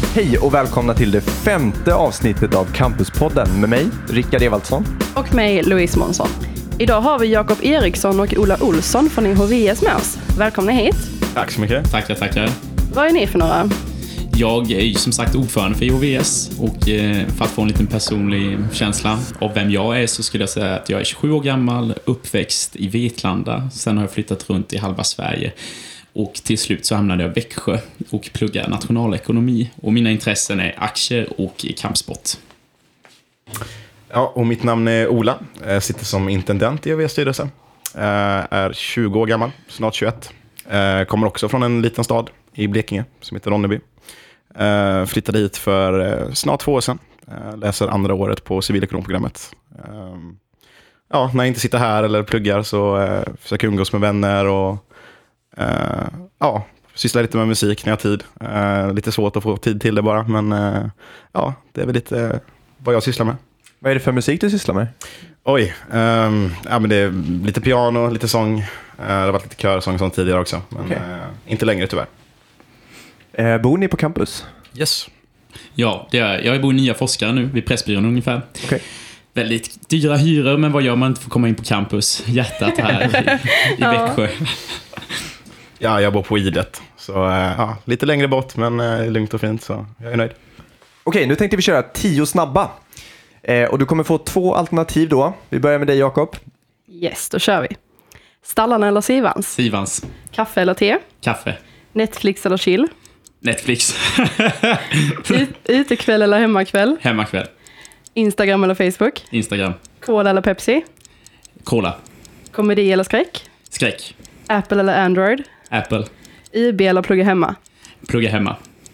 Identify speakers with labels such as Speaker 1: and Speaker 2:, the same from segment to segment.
Speaker 1: Hej och välkomna till det 5:e avsnittet av Campuspodden med mig, Rickard Evaldsson.
Speaker 2: Och mig, Louise Månsson. Idag har vi Jakob Eriksson och Ola Olsson från IHVS med oss. Välkomna hit.
Speaker 3: Tack så mycket.
Speaker 4: Tackar.
Speaker 2: Vad är ni för några?
Speaker 4: Jag är ju som sagt ordförande för IHVS och för att få en liten personlig känsla av vem jag är så skulle jag säga att jag är 27 år gammal, uppväxt i Vetlanda. Sen har jag flyttat runt i halva Sverige och till slut så hamnade jag i Växjö och pluggar nationalekonomi. Och mina intressen är aktier och kampsport.
Speaker 3: Ja, och mitt namn är Ola. Jag sitter som intendent i IHVS styrelse. Är 20 år gammal, snart 21. Kommer också från en liten stad i Blekinge som heter Ronneby. Flyttade hit för snart 2 år sedan. Läser andra året på civilekonomprogrammet. Ja, när jag inte sitter här eller pluggar så försöker jag umgås med vänner och ja, sysslar lite med musik när jag har tid. Lite svårt att få tid till det bara, men ja, det är väl lite vad jag sysslar med.
Speaker 1: Vad är det för musik du sysslar med?
Speaker 3: Oj, ja, men det är lite piano, lite sång. Det har varit lite körsång sånt tidigare också, men inte längre tyvärr.
Speaker 1: Bor ni på campus?
Speaker 3: Yes.
Speaker 4: Ja, det är, jag bor i Nya Forskare nu vid Pressbyrån ungefär.
Speaker 1: Okay.
Speaker 4: Väldigt dyra hyror, men vad gör man inte för att komma in på campus? Hjärtat här i Växjö.
Speaker 3: Ja, jag bor på Idet. Så ja, lite längre bort, men lugnt och fint, så jag är nöjd.
Speaker 1: Okej, nu tänkte vi köra 10 snabba. Och du kommer få 2 alternativ då. Vi börjar med dig, Jakob.
Speaker 2: Yes, då kör vi. Stallarna eller Sivans?
Speaker 4: Sivans.
Speaker 2: Kaffe eller te?
Speaker 4: Kaffe.
Speaker 2: Netflix eller chill?
Speaker 4: Netflix.
Speaker 2: Utekväll eller hemmakväll?
Speaker 4: Hemmakväll.
Speaker 2: Instagram eller Facebook?
Speaker 4: Instagram.
Speaker 2: Cola eller Pepsi?
Speaker 4: Cola.
Speaker 2: Komedi eller skräck?
Speaker 4: Skräck.
Speaker 2: Apple eller Android?
Speaker 4: Apple.
Speaker 2: IB eller plugga hemma?
Speaker 4: Plugga hemma.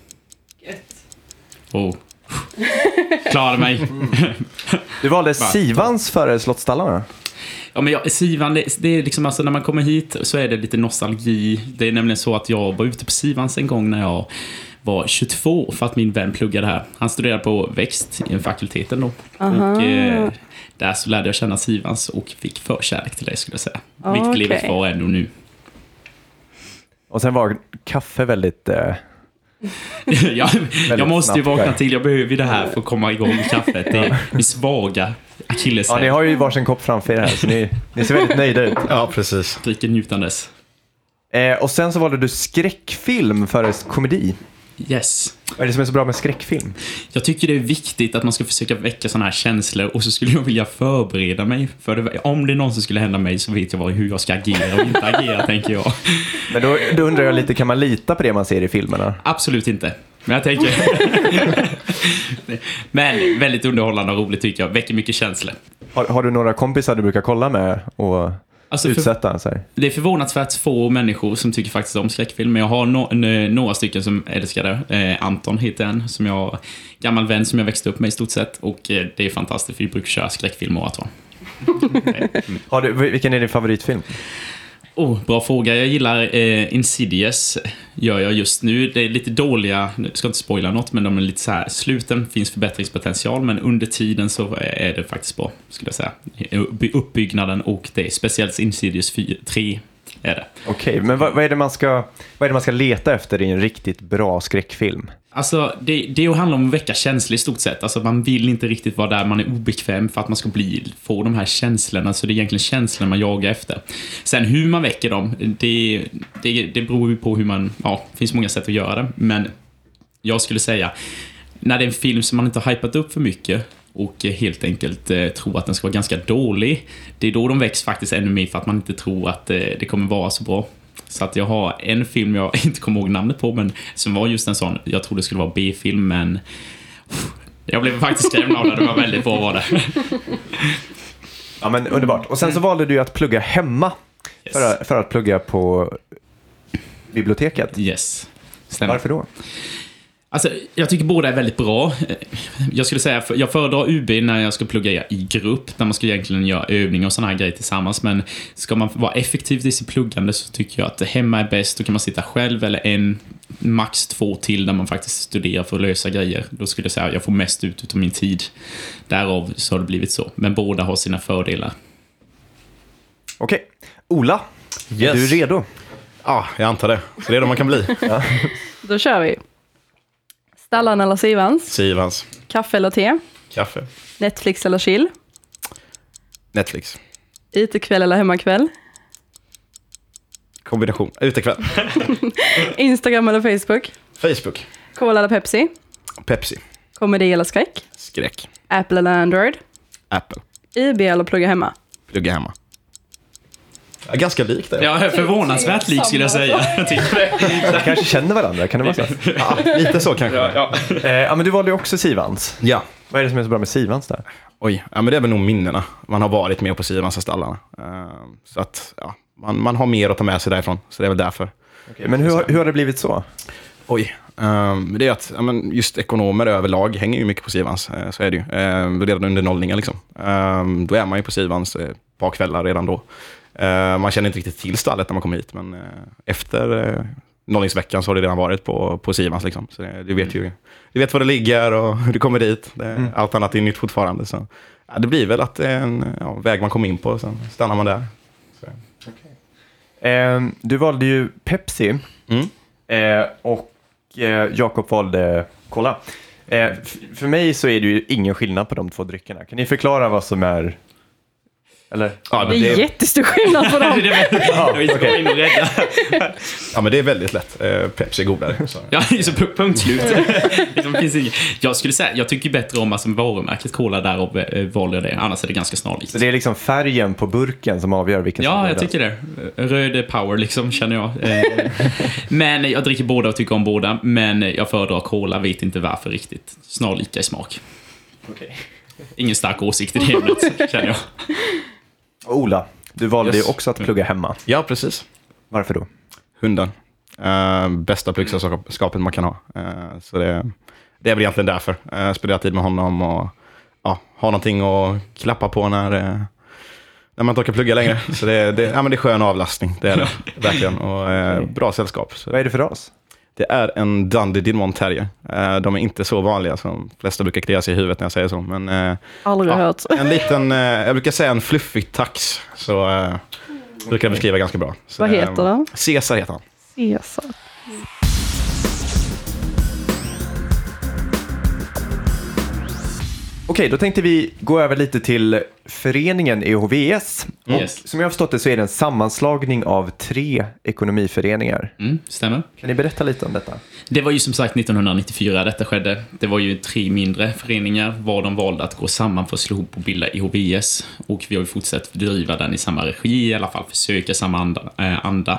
Speaker 4: Oh. Klarade mig.
Speaker 1: Du valde Sivans före Slottsstallarna.
Speaker 4: Ja, men Sivan, det är liksom alltså när man kommer hit så är det lite nostalgi. Det är nämligen så att jag var ute på Sivans en gång när jag var 22 för att min vän pluggade här. Han studerade på växt i fakulteten då.
Speaker 2: Aha.
Speaker 4: Och där så lärde jag känna Sivans och fick förkärlek till det skulle jag säga. Vilket livet var ändå nu.
Speaker 1: Och sen var kaffe väldigt...
Speaker 4: jag måste ju vakna till. Jag behöver ju det här för att komma igång med kaffet. Det är svaga akilleshäl.
Speaker 1: Ja, ni har ju varsin kopp framför er här, så ni ser väldigt nöjda ut.
Speaker 3: Ja, precis.
Speaker 4: Dricker njutandes.
Speaker 1: Och sen så valde du skräckfilm före komedi.
Speaker 4: Yes.
Speaker 1: Vad är det som är så bra med skräckfilm?
Speaker 4: Jag tycker det är viktigt att man ska försöka väcka såna här känslor. Och så skulle jag vilja förbereda mig för det. Om det är någon som skulle hända mig så vet jag hur jag ska agera och inte agera, tänker jag.
Speaker 1: Men då undrar jag lite, kan man lita på det man ser i filmerna?
Speaker 4: Absolut inte. Men jag tänker... Men väldigt underhållande och roligt tycker jag. Väcker mycket känslor.
Speaker 1: Har du några kompisar du brukar kolla med och utsätta? Så här?
Speaker 4: Det är förvånansvärt få människor som tycker faktiskt om skräckfilm. Men jag har några stycken som älskar det. Anton heter en, som jag gammal vän som jag växte upp med i stort sett. Och det är fantastiskt för vi brukar köra skräckfilmer.
Speaker 1: Vilken är din favoritfilm?
Speaker 4: Bra fråga. Jag gillar Insidious, gör jag just nu. Det är lite dåliga, jag ska inte spoila något, men de är lite så här, sluten finns förbättringspotential, men under tiden så är det faktiskt bra, skulle jag säga. Uppbyggnaden och det är speciellt Insidious 3 är det.
Speaker 1: Okej, men vad är det man ska leta efter i en riktigt bra skräckfilm?
Speaker 4: Alltså, det handlar om att väcka känslor i stort sett. Alltså, man vill inte riktigt vara där man är obekväm för att man ska få de här känslorna. Så det är egentligen känslorna man jagar efter. Sen hur man väcker dem, det beror ju på hur man... Ja, det finns många sätt att göra det. Men jag skulle säga, när det är en film som man inte har hypat upp för mycket och helt enkelt tror att den ska vara ganska dålig, det är då de väcks faktiskt ännu mer för att man inte tror att det kommer vara så bra. Så att jag har en film jag inte kommer ihåg namnet på, men som var just en sån, jag trodde det skulle vara B-film, men jag blev faktiskt skrämd av det. Det var väldigt bra var det.
Speaker 1: Ja, men underbart. Och sen så valde du att plugga hemma. Yes. För att plugga på biblioteket.
Speaker 4: Yes. Stämmer.
Speaker 1: Varför då?
Speaker 4: Alltså, jag tycker båda är väldigt bra. Jag skulle säga, jag föredrar UB när jag ska plugga i grupp, när man ska egentligen göra övningar och såna här grejer tillsammans. Men ska man vara effektiv i sitt pluggande så tycker jag att hemma är bäst. Då kan man sitta själv eller max 2 till när man faktiskt studerar för att lösa grejer. Då skulle jag säga att jag får mest ut av min tid. Därav så har det blivit så. Men båda har sina fördelar.
Speaker 1: Okej. Ola, yes. Är du redo?
Speaker 3: Ja, jag antar det. Så redo man kan bli.
Speaker 2: Då kör vi. Stallarna eller Sivans?
Speaker 3: Sivans.
Speaker 2: Kaffe eller te?
Speaker 3: Kaffe.
Speaker 2: Netflix eller chill?
Speaker 3: Netflix.
Speaker 2: Utekväll eller hemmakväll?
Speaker 3: Kombination. Utekväll.
Speaker 2: Instagram eller Facebook?
Speaker 3: Facebook.
Speaker 2: Cola eller Pepsi?
Speaker 3: Pepsi.
Speaker 2: Komedi eller skräck?
Speaker 3: Skräck.
Speaker 2: Apple eller Android?
Speaker 3: Apple.
Speaker 2: IB eller plugga hemma?
Speaker 3: Plugga hemma. Ja, ganska likt det.
Speaker 4: Ja, förvånansvärt lik skulle jag säga. Jag tycker det.
Speaker 1: De kanske känner varandra, kan det vara så?
Speaker 3: Ja, lite så kanske.
Speaker 4: Ja.
Speaker 1: Men du valde ju också Sivans.
Speaker 3: Ja.
Speaker 1: Vad är det som är så bra med Sivans där?
Speaker 3: Oj, ja, men det är väl nog minnena. Man har varit med på Sivans stallarna. Så att, ja, man har mer att ta med sig därifrån. Så det är väl därför.
Speaker 1: Okej, men hur har det blivit så?
Speaker 3: Oj, det är att just ekonomer överlag hänger ju mycket på Sivans. Så är det ju. Redan under nollningar liksom. Då är man ju på Sivans ett par kvällar redan då. Man känner inte riktigt till stallet när man kommer hit. Men efter nollningsveckan så har det redan varit på Sivans liksom. Så du vet var det ligger och hur du kommer dit. Allt annat är nytt fortfarande. Så, ja, det blir väl att det är en väg man kommer in på. Sen stannar man där. Så.
Speaker 1: Du valde ju Pepsi. Och Jakob valde Cola. För mig så är det ju ingen skillnad på de två dryckerna. Kan ni förklara vad som är... Eller?
Speaker 3: Ja,
Speaker 2: Det är jättestor skillnad på dem.
Speaker 3: Ja, men det är väldigt lätt. Pepsi är godare. Så.
Speaker 4: Ja, så punkt slut. Jag skulle säga, jag tycker bättre om varumärket Cola där och valde det. Annars är det ganska snarlikt.
Speaker 1: Så det är liksom färgen på burken som avgör vilken som är
Speaker 4: Ja, jag tycker det. Röd är power liksom, känner jag. Men jag dricker båda och tycker om båda. Men jag föredrar Cola, vet inte varför riktigt. Snarlika i smak.
Speaker 1: Okay.
Speaker 4: Ingen stark åsikt i det ämnet, känner jag.
Speaker 1: Ola, du valde ju också att plugga hemma.
Speaker 3: Ja, precis.
Speaker 1: Varför då?
Speaker 3: Hunden. Bästa pluggsskapet man kan ha. Så det är väl egentligen därför. Spendera tid med honom och ha någonting att klappa på när man inte orkar plugga längre. Så det är skön avlastning. Det är det, verkligen. Och bra sällskap. Så.
Speaker 1: Vad är det för ras?
Speaker 3: Det är en Dundee Dinmont Terrier. De är inte så vanliga som de flesta brukar klia sig i huvudet när jag säger så. Men,
Speaker 2: Aldrig hört.
Speaker 3: En liten, jag brukar säga en fluffig tax. Så brukar jag beskriva ganska bra. Så,
Speaker 2: Vad heter den?
Speaker 3: Caesar heter han.
Speaker 2: Caesar.
Speaker 1: Okej, då tänkte vi gå över lite till föreningen EHVS.
Speaker 4: Yes.
Speaker 1: Och som jag har förstått det så är det en sammanslagning av 3 ekonomiföreningar.
Speaker 4: Stämmer.
Speaker 1: Kan ni berätta lite om detta?
Speaker 4: Det var ju som sagt 1994 detta skedde. Det var ju 3 mindre föreningar var de valde att gå samman för att slå ihop och bilda EHVS. Och vi har ju fortsatt driva den i samma regi, i alla fall försöka samma anda.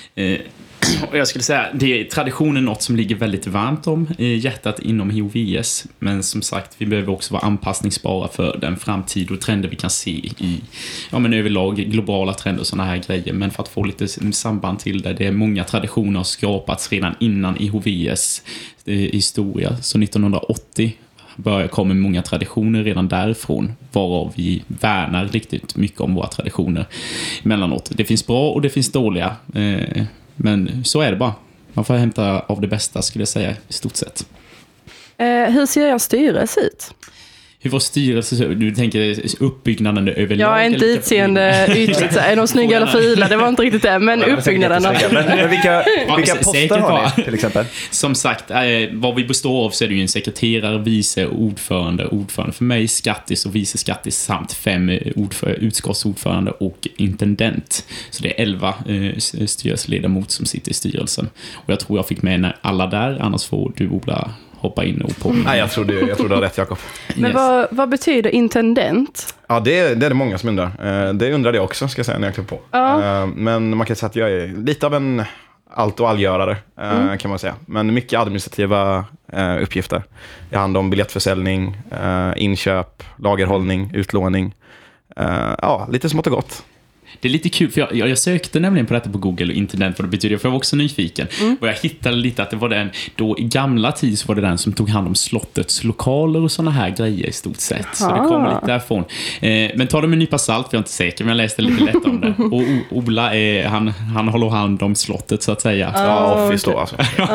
Speaker 4: Och jag skulle säga, det är traditionen något som ligger väldigt varmt om i hjärtat inom EHVS. Men som sagt, vi behöver också vara anpassningsbara för den framtid och trender vi kan se i överlag globala trender och sådana här grejer. Men för att få lite samband till det är många traditioner skapats redan innan EHVS historia. Så 1980 kommer många traditioner redan därifrån, varav vi värnar riktigt mycket om våra traditioner emellanåt. Det finns bra och det finns dåliga. Men så är det bara. Man får hämta av det bästa, skulle jag säga, i stort sett.
Speaker 2: Hur ser er styrelse ut?
Speaker 4: Hur var styrelse? Du tänker uppbyggnaden överlag?
Speaker 2: Jag är inte utseende ytligt. Är de snygga eller fula? Det var inte riktigt det. Men uppbyggnaden.
Speaker 1: Men vilka poster har ni till exempel?
Speaker 4: Som sagt, vad vi består av så är det ju en sekreterare, vice ordförande för mig, skattis och vice skattis samt 5 utskottsordförande och intendent. Så det är 11 styrelseledamot som sitter i styrelsen. Och jag tror jag fick med alla där, annars får du, Ola, hoppa in och på.
Speaker 3: Nej, jag tror du har rätt, Jakob.
Speaker 2: Men
Speaker 4: Yes.
Speaker 2: vad betyder intendent?
Speaker 3: Ja, det är det många som undrar. Det undrade jag också, ska jag säga, när jag klev på.
Speaker 2: Ja.
Speaker 3: Men man kan säga att jag är lite av en allt- och allgörare, kan man säga. Men mycket administrativa uppgifter. Jag har hand om biljettförsäljning, inköp, lagerhållning, utlåning. Lite smått och gott.
Speaker 4: Det är lite kul, för jag sökte nämligen på detta på Google och internet vad det betyder, för jag var också nyfiken. Och jag hittade lite att det var den, då i gamla tid så var det den som tog hand om slottets lokaler och såna här grejer i stort sett. Så det kommer lite därifrån. Men ta det med en nypa salt, för jag är inte säker, men jag läste lite lätt om det. Och Ola, han håller hand om slottet så att säga.
Speaker 3: Ja, Office då alltså.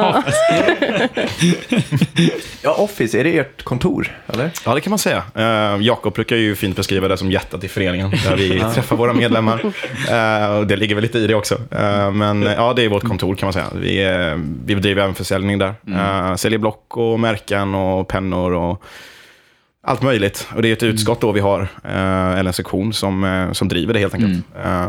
Speaker 1: Ja, Office, är det ert kontor, eller?
Speaker 3: Ja, det kan man säga. Jakob brukar ju fint beskriva det som hjärtat i föreningen, där vi träffar våra medlemmar. Och det ligger väl lite i det också. Men ja, det är vårt kontor kan man säga. Vi bedriver även försäljning där. Säljer block och märken och pennor och allt möjligt. Och det är ett utskott då vi har, eller en sektion som driver det helt enkelt.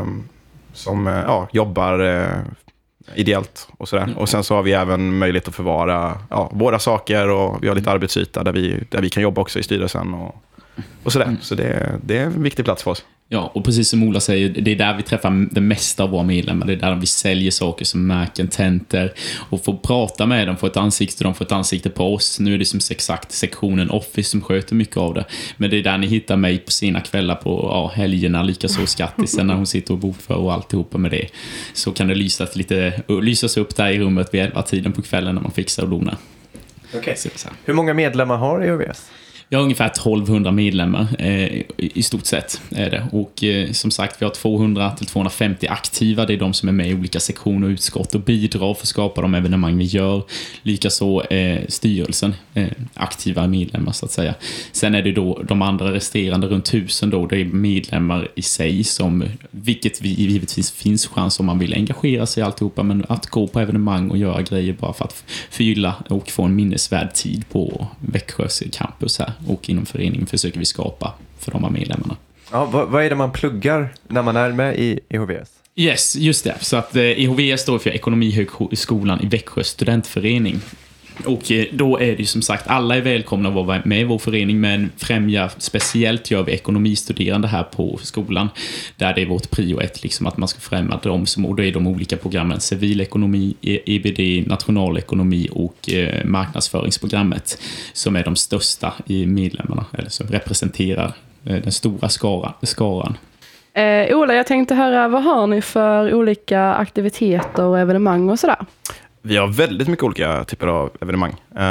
Speaker 3: Som jobbar ideellt och sådär. Och sen så har vi även möjlighet att förvara våra saker, och vi har lite arbetsyta där vi kan jobba också i styrelsen och sådär. Så det är en viktig plats för oss.
Speaker 4: Ja, och precis som Ola säger, det är där vi träffar det mesta av våra medlemmar. Det är där vi säljer saker som märken, tentor, och får prata med dem, få ett ansikte, de får ett ansikte på oss. Nu är det som exakt sektionen Office som sköter mycket av det. Men det är där ni hittar mig på sina kvällar på helgerna, likaså Skattisen när hon sitter och bokför och alltihopa med det. Så kan det lysas upp där i rummet vid 11-tiden på kvällen när man fixar och donar.
Speaker 1: Okay. Hur många medlemmar har EHVS?
Speaker 4: Jag har ungefär 1200 medlemmar i stort sett är det. Och som sagt, vi har 200-250 aktiva. Det är de som är med i olika sektioner och utskott och bidrar för att skapa de evenemang vi gör. Likaså styrelsen, aktiva medlemmar så att säga. Sen är det då de andra resterande runt 1000 då. Det är medlemmar i sig vilket vi givetvis finns chans om man vill engagera sig i alltihopa. Men att gå på evenemang och göra grejer bara för att förgylla och få en minnesvärd tid på Växjös campus här. Och inom föreningen försöker vi skapa för de här medlemmarna.
Speaker 1: Ja, vad är det man pluggar när man är med i EHVS?
Speaker 4: Yes, just det. Så att EHVS står för Ekonomihögskolan i Växjö studentförening. Och då är det ju som sagt, alla är välkomna att vara med i vår förening, men speciellt gör vi ekonomistuderande här på skolan, där det är vårt prio 1, liksom att man ska främja dem och då är de olika programmen civilekonomi, EBD, nationalekonomi och marknadsföringsprogrammet som är de största i medlemmarna, eller som representerar den stora skaran.
Speaker 2: Ola, jag tänkte höra, vad har ni för olika aktiviteter och evenemang och sådär?
Speaker 3: Vi har väldigt mycket olika typer av evenemang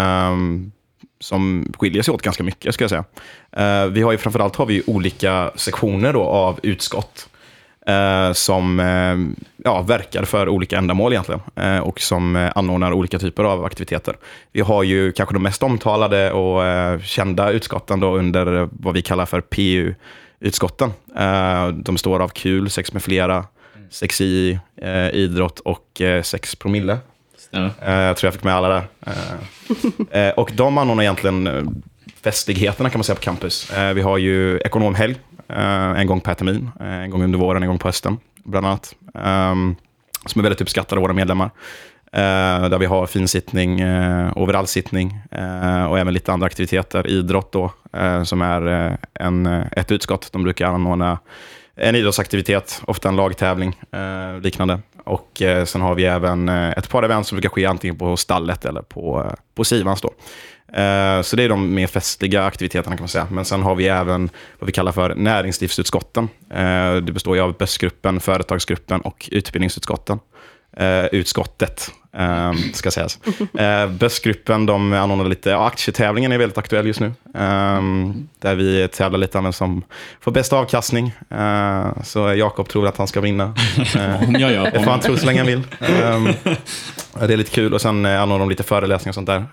Speaker 3: som skiljer sig åt ganska mycket, ska jag säga. Vi har ju framförallt olika sektioner då av utskott som verkar för olika ändamål egentligen och som anordnar olika typer av aktiviteter. Vi har ju kanske de mest omtalade och kända utskotten då under vad vi kallar för PU-utskotten. De står av KUL, sex med flera, sexi, idrott och 6 promille. Jag tror jag fick med alla där. Och de anordnar egentligen festligheterna kan man säga på campus. Vi har ju ekonomhelg en gång per termin, en gång under våren, en gång på hösten bland annat. Som är väldigt uppskattade av våra medlemmar. Där vi har finsittning, overallsittning och även lite andra aktiviteter. Idrott då, som är ett utskott. De brukar anordna en idrottsaktivitet, ofta en lagtävling liknande. Och sen har vi även ett par event som brukar ske antingen på stallet eller på Sivans då. Så det är de mer festliga aktiviteterna kan man säga. Men sen har vi även vad vi kallar för näringslivsutskotten. Det består ju av börsgruppen, företagsgruppen och utbildningsutskotten. Utskottet ska sägas. Börsgruppen, de anordnar lite aktietävlingen är väldigt aktuell just nu. Där vi tävlar lite om vem som får bäst avkastning. Så Jakob tror att han ska vinna.
Speaker 4: Om jag gör.
Speaker 3: Det får han tro så länge han vill. Det är lite kul. Och sen anordnar de lite föreläsningar och sånt där.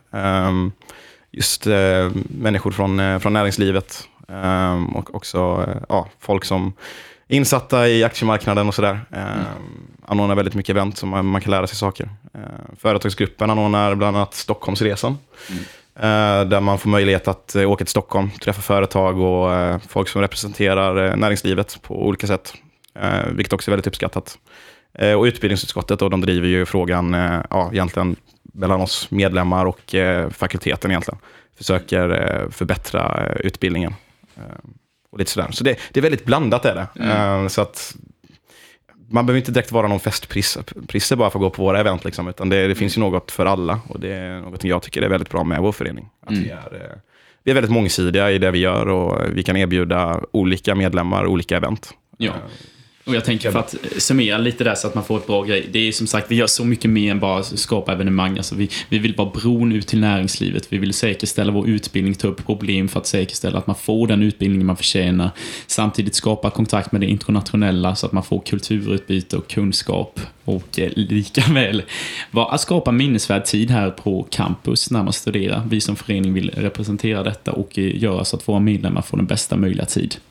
Speaker 3: Just människor från näringslivet. Och också folk som insatta i aktiemarknaden och sådär. Anordnar väldigt mycket event som man kan lära sig saker. Företagsgruppen anordnar bland annat Stockholmsresan. Där man får möjlighet att åka till Stockholm, träffa företag och folk som representerar näringslivet på olika sätt. Vilket också är väldigt uppskattat. Och utbildningsutskottet då, de driver ju frågan egentligen mellan oss medlemmar och fakulteten egentligen. Försöker förbättra utbildningen. Och lite sådär. Så det är väldigt blandat är det. Så att man behöver inte direkt vara någon festprisse bara för att gå på våra event liksom, utan det finns ju något för alla, och det är något jag tycker är väldigt bra med vår förening. Att vi är väldigt mångsidiga i det vi gör, och vi kan erbjuda olika medlemmar olika event.
Speaker 4: Ja. Och jag tänker, för att summera lite där så att man får ett bra grej. Det är som sagt, vi gör så mycket mer än bara skapa evenemang. Alltså vi vill vara bron ut till näringslivet. Vi vill säkerställa vår utbildning, ta upp problem för att säkerställa att man får den utbildning man förtjänar. Samtidigt skapa kontakt med det internationella så att man får kulturutbyte och kunskap. Och lika väl att skapa minnesvärd tid här på campus när man studerar. Vi som förening vill representera detta och göra så att våra medlemmar får den bästa möjliga tid.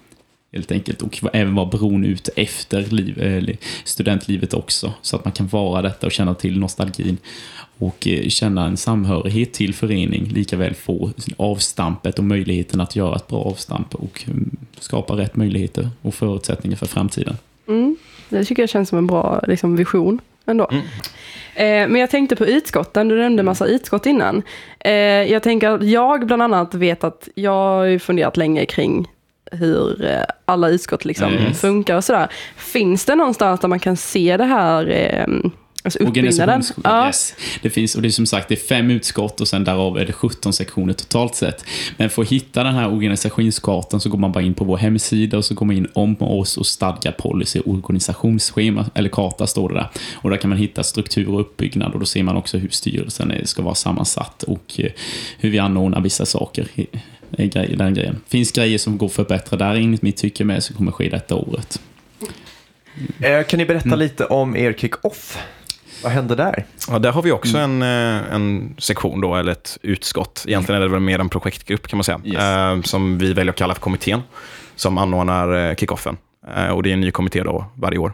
Speaker 4: helt enkelt. Och även vara bron ut efter studentlivet också. Så att man kan vara detta och känna till nostalgin. Och känna en samhörighet till förening. Likaväl få avstampet och möjligheten att göra ett bra avstamp. Och skapa rätt möjligheter och förutsättningar för framtiden.
Speaker 2: Det tycker jag känns som en bra liksom, vision ändå. Men jag tänkte på utskotten. Du nämnde massa utskott innan. Jag tänker att jag bland annat vet att jag har ju funderat länge kring hur alla utskott liksom funkar och sådär. Finns det någonstans där man kan se det här alltså uppbyggnaden?
Speaker 4: Ja. Yes. Det finns, och det är som sagt, det är 5 utskott och sen därav är det 17 sektioner totalt sett. Men för att hitta den här organisationskartan så går man bara in på vår hemsida och så går man in om oss och stadga policy, organisationsschema eller karta står det där. Och där kan man hitta struktur och uppbyggnad och då ser man också hur styrelsen ska vara sammansatt och hur vi anordnar vissa saker. Den grejen. Finns grejer som går för bättre där enligt mitt tycke med som kommer ske detta året.
Speaker 1: Kan ni berätta lite om er kick-off? Vad hände där?
Speaker 3: Ja, där har vi också en sektion då, eller ett utskott. Egentligen är det väl mer en projektgrupp kan man säga.
Speaker 4: Yes.
Speaker 3: Som vi väljer att kalla för kommittén. Som anordnar kickoffen. Och det är en ny kommitté då varje år.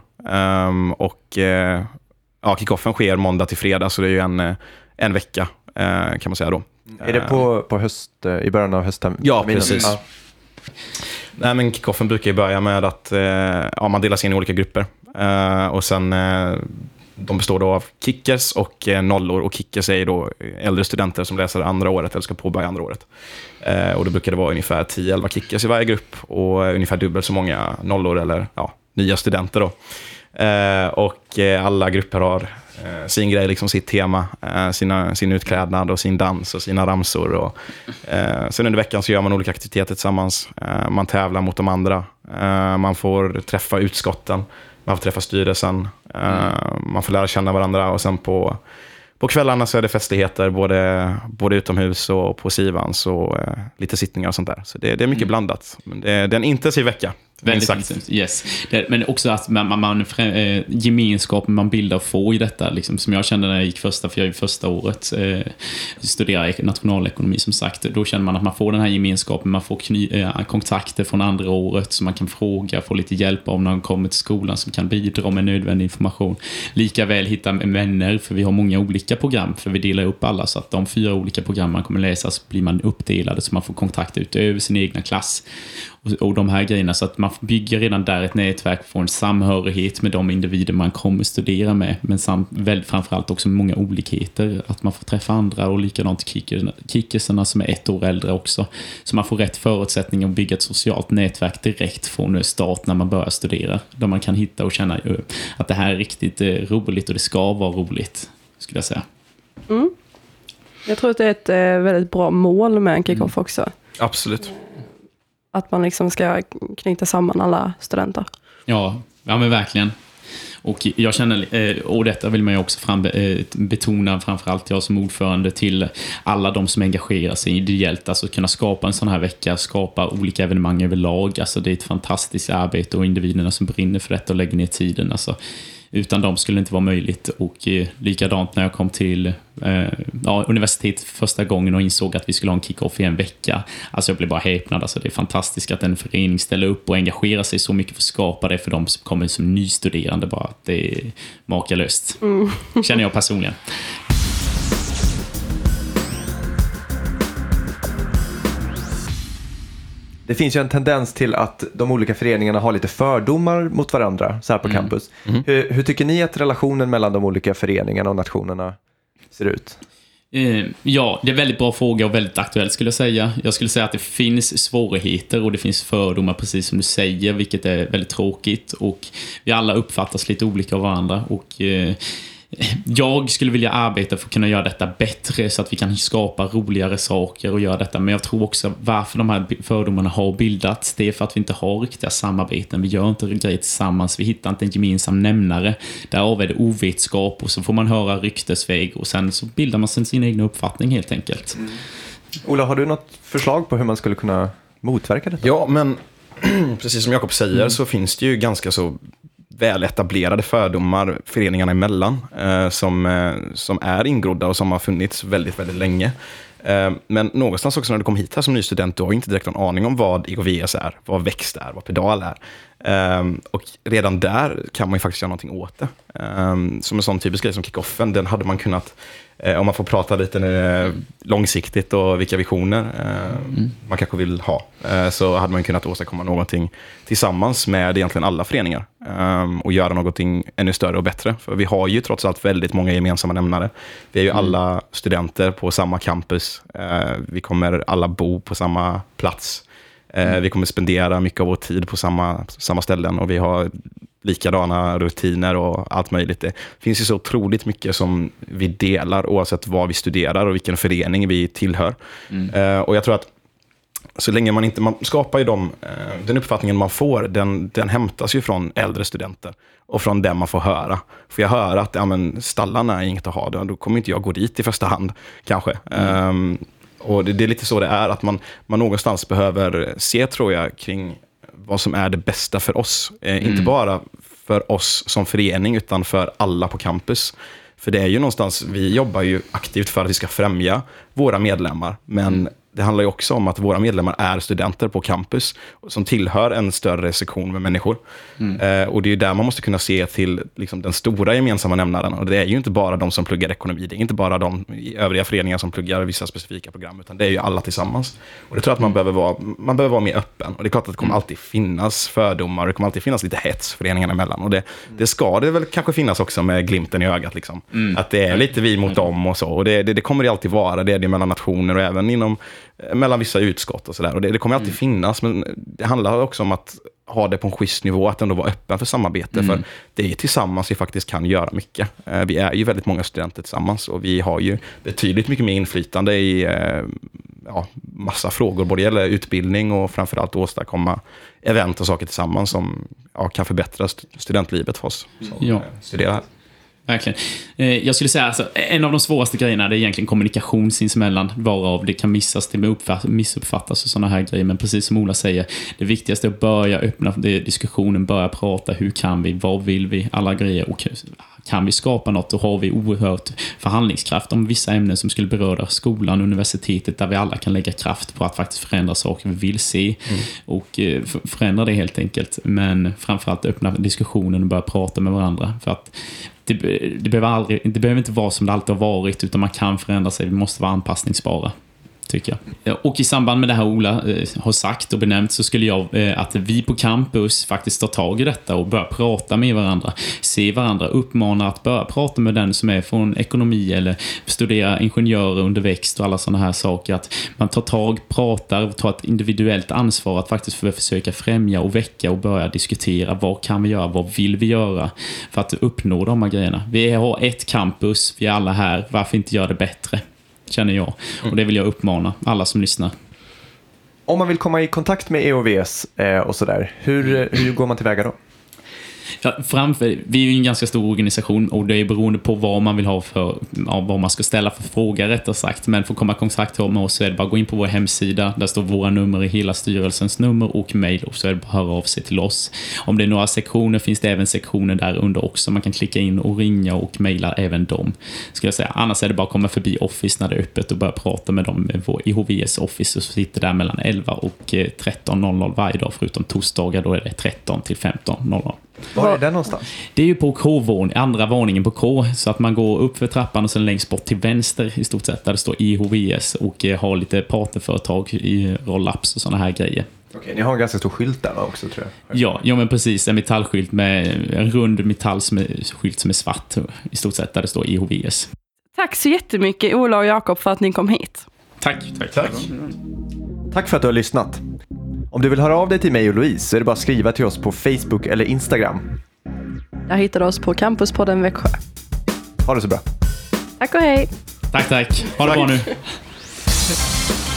Speaker 3: Kickoffen sker måndag till fredag. Så det är ju en vecka kan man säga då.
Speaker 1: Är det på höst, i början av hösten?
Speaker 3: Ja, precis. Ja. Nej, men kickoffen brukar ju börja med att man delas in i olika grupper. Och sen de består då av kickers och nollor. Och kickers är då äldre studenter som läser andra året eller ska påbörja andra året. Och då brukar det vara ungefär 10-11 kickers i varje grupp. Och ungefär dubbelt så många nollor eller nya studenter då. Och alla grupper har sin grej, liksom sitt tema, sin utklädnad och sin dans och sina ramsor. Och, sen under veckan så gör man olika aktiviteter tillsammans. Man tävlar mot de andra. Man får träffa utskotten. Man får träffa styrelsen. Man får lära känna varandra. Och sen på kvällarna så är det festligheter både utomhus och på Sivans och lite sittningar och sånt där. Så det är mycket blandat. Men det är en intensiv vecka.
Speaker 4: Väldigt intensivt, yes. Men också att gemenskapen man bildar och får i detta, liksom, som jag kände när jag gick för jag första året studerade nationalekonomi som sagt, då känner man att man får den här gemenskapen, man får kontakter från andra året som man kan fråga, få lite hjälp av när man kommer till skolan som kan bidra med nödvändig information. Likaväl hitta vänner, för vi har många olika program, för vi delar upp alla, så att de 4 olika program man kommer läsa så blir man uppdelade så man får kontakt utöver sin egna klass. Och de här grejerna, så att man bygger redan där ett nätverk, får en samhörighet med de individer man kommer studera med, men framförallt också många olikheter, att man får träffa andra och likadant kickersarna som är 1 år äldre också, så man får rätt förutsättningar att bygga ett socialt nätverk direkt från start när man börjar studera, där man kan hitta och känna att det här är riktigt roligt och det ska vara roligt, skulle jag säga.
Speaker 2: Jag tror att det är ett väldigt bra mål med en kick-off också.
Speaker 3: Absolut.
Speaker 2: Att man liksom ska knyta samman alla studenter.
Speaker 4: Ja men verkligen. Och jag känner, och detta vill man ju också betona, framförallt jag som ordförande, till alla de som engagerar sig ideellt, alltså kunna skapa en sån här vecka, skapa olika evenemang överlag, alltså det är ett fantastiskt arbete och individerna som brinner för detta och lägger ner tiden, alltså utan dem skulle det inte vara möjligt. Och likadant när jag kom till universitet första gången och insåg att vi skulle ha en kick-off i en vecka. Alltså jag blev bara häpnad. Alltså det är fantastiskt att en förening ställer upp och engagerar sig så mycket för att skapa det för de som kommer som nystuderande. Bara. Det är makalöst. Känner jag personligen.
Speaker 1: Det finns ju en tendens till att de olika föreningarna har lite fördomar mot varandra så här på campus. Hur tycker ni att relationen mellan de olika föreningarna och nationerna ser ut?
Speaker 4: Ja, det är en väldigt bra fråga och väldigt aktuellt skulle jag säga. Jag skulle säga att det finns svårigheter och det finns fördomar precis som du säger, vilket är väldigt tråkigt, och vi alla uppfattas lite olika av varandra, och jag skulle vilja arbeta för att kunna göra detta bättre så att vi kan skapa roligare saker och göra detta. Men jag tror också varför de här fördomarna har bildats, det är för att vi inte har riktiga samarbeten. Vi gör inte grejer tillsammans, vi hittar inte en gemensam nämnare. Därav är det ovetskap och så får man höra ryktesväg och sen så bildar man sin egen uppfattning helt enkelt.
Speaker 1: Ola, har du något förslag på hur man skulle kunna motverka detta?
Speaker 3: Ja, men precis som Jakob säger så finns det ju ganska så väl etablerade fördomar föreningarna emellan som är ingrodda och som har funnits väldigt, väldigt länge. Men någonstans också när du kom hit här som ny student, du har inte direkt någon aning om vad EHVS är, vad växt är, vad pedal är. Och redan där kan man ju faktiskt göra någonting åt det. Som en sån typisk grej som kickoffen, den hade man kunnat, om man får prata lite långsiktigt och vilka visioner man kanske vill ha, så hade man kunnat åstadkomma någonting tillsammans med egentligen alla föreningar och göra någonting ännu större och bättre. För vi har ju trots allt väldigt många gemensamma nämnare. Vi är ju alla studenter på samma campus. Vi kommer alla bo på samma plats. Vi kommer spendera mycket av vår tid på samma ställen och vi har likadana rutiner och allt möjligt. Det finns ju så otroligt mycket som vi delar oavsett vad vi studerar och vilken förening vi tillhör. Och jag tror att så länge man skapar ju den uppfattningen man får, den hämtas ju från äldre studenter och från dem man får höra. Får jag höra att stallarna är inget att ha, då kommer inte jag gå dit i första hand kanske. Och det är lite så det är, att man någonstans behöver se, tror jag, kring vad som är det bästa för oss. Inte bara för oss som förening, utan för alla på campus. För det är ju någonstans, vi jobbar ju aktivt för att vi ska främja våra medlemmar. Men det handlar ju också om att våra medlemmar är studenter på campus som tillhör en större sektion med människor. Och det är ju där man måste kunna se till liksom, den stora gemensamma nämnaren. Och det är ju inte bara de som pluggar ekonomi, det är inte bara de övriga föreningar som pluggar vissa specifika program, utan det är ju alla tillsammans. Och det tror jag att man behöver vara mer öppen. Och det är klart att det kommer alltid finnas fördomar, det kommer alltid finnas lite hets föreningarna emellan. Och det ska det väl kanske finnas också med glimten i ögat. Liksom. Att det är lite vi mot dem och så. Och det kommer det alltid vara, det är det mellan nationer och även mellan vissa utskott och sådär. Och det kommer alltid finnas, men det handlar också om att ha det på en schysst nivå, att ändå vara öppen för samarbete. För det är tillsammans vi faktiskt kan göra mycket. Vi är ju väldigt många studenter tillsammans och vi har ju betydligt mycket mer inflytande i massa frågor, både gäller utbildning och framförallt åstadkomma event och saker tillsammans som kan förbättra studentlivet för oss som studerar här.
Speaker 4: Verkligen. Jag skulle säga alltså, en av de svåraste grejerna, det är egentligen kommunikation sinsemellan, varav det kan missuppfattas och sådana här grejer. Men precis som Ola säger, det viktigaste är att börja öppna diskussionen, börja prata, hur kan vi, vad vill vi, alla grejer, och kan vi skapa något, och har vi oerhört förhandlingskraft om vissa ämnen som skulle beröra skolan, universitetet, där vi alla kan lägga kraft på att faktiskt förändra saker vi vill se och förändra det helt enkelt. Men framförallt öppna diskussionen och börja prata med varandra, för att det behöver inte vara som det alltid har varit, utan man kan förändra sig. Vi måste vara anpassningsbara, tycker jag. Och i samband med det här Ola har sagt och benämnt, så skulle jag att vi på campus faktiskt tar tag i detta och börjar prata med varandra, se varandra, uppmana att börja prata med den som är från ekonomi eller studera ingenjörer under växt och alla sådana här saker. Att man tar tag, pratar och tar ett individuellt ansvar att faktiskt försöka främja och väcka och börja diskutera vad kan vi göra, vad vill vi göra för att uppnå de här grejerna. Vi har ett campus, vi är alla här, varför inte göra det bättre? Känner jag. Och det vill jag uppmana alla som lyssnar.
Speaker 1: Om man vill komma i kontakt med EHVS och sådär, hur går man tillväga då?
Speaker 4: Ja, vi är ju en ganska stor organisation och det är beroende på vad man vill ha för, vad man ska ställa för fråga rättare sagt. Men för att komma i kontakt med oss så är det bara att gå in på vår hemsida. Där står våra nummer i hela styrelsens nummer och mejl, och så är det bara att höra av sig till oss. Om det är några sektioner finns det även sektioner där under också. Man kan klicka in och ringa och mejla även dem, ska jag säga. Annars är det bara att komma förbi Office när det är öppet och börja prata med dem. Vår EHVS Office som sitter där mellan 11 och 13.00 varje dag, förutom torsdagar då är det 13 till 15.00.
Speaker 1: Var är det någonstans?
Speaker 4: Det är ju på K-våningen, andra våningen på K, så att man går upp för trappan och sen längst bort till vänster i stort sett, där det står EHVS och har lite partnerföretag i roll-ups och sådana här grejer.
Speaker 1: Okej, ni har en ganska stor skylt där också, tror jag.
Speaker 4: Ja, men precis, en metallskylt med en rund metallskylt som är svart i stort sett, där det står EHVS.
Speaker 2: Tack så jättemycket Ola och Jakob för att ni kom hit.
Speaker 4: Tack.
Speaker 1: Tack för att du har lyssnat. Om du vill höra av dig till mig och Louise så är det bara att skriva till oss på Facebook eller Instagram.
Speaker 2: Där hittar du oss på Campuspodden Växjö.
Speaker 1: Ha det så bra.
Speaker 2: Tack och hej.
Speaker 4: Tack. Ha det bra nu.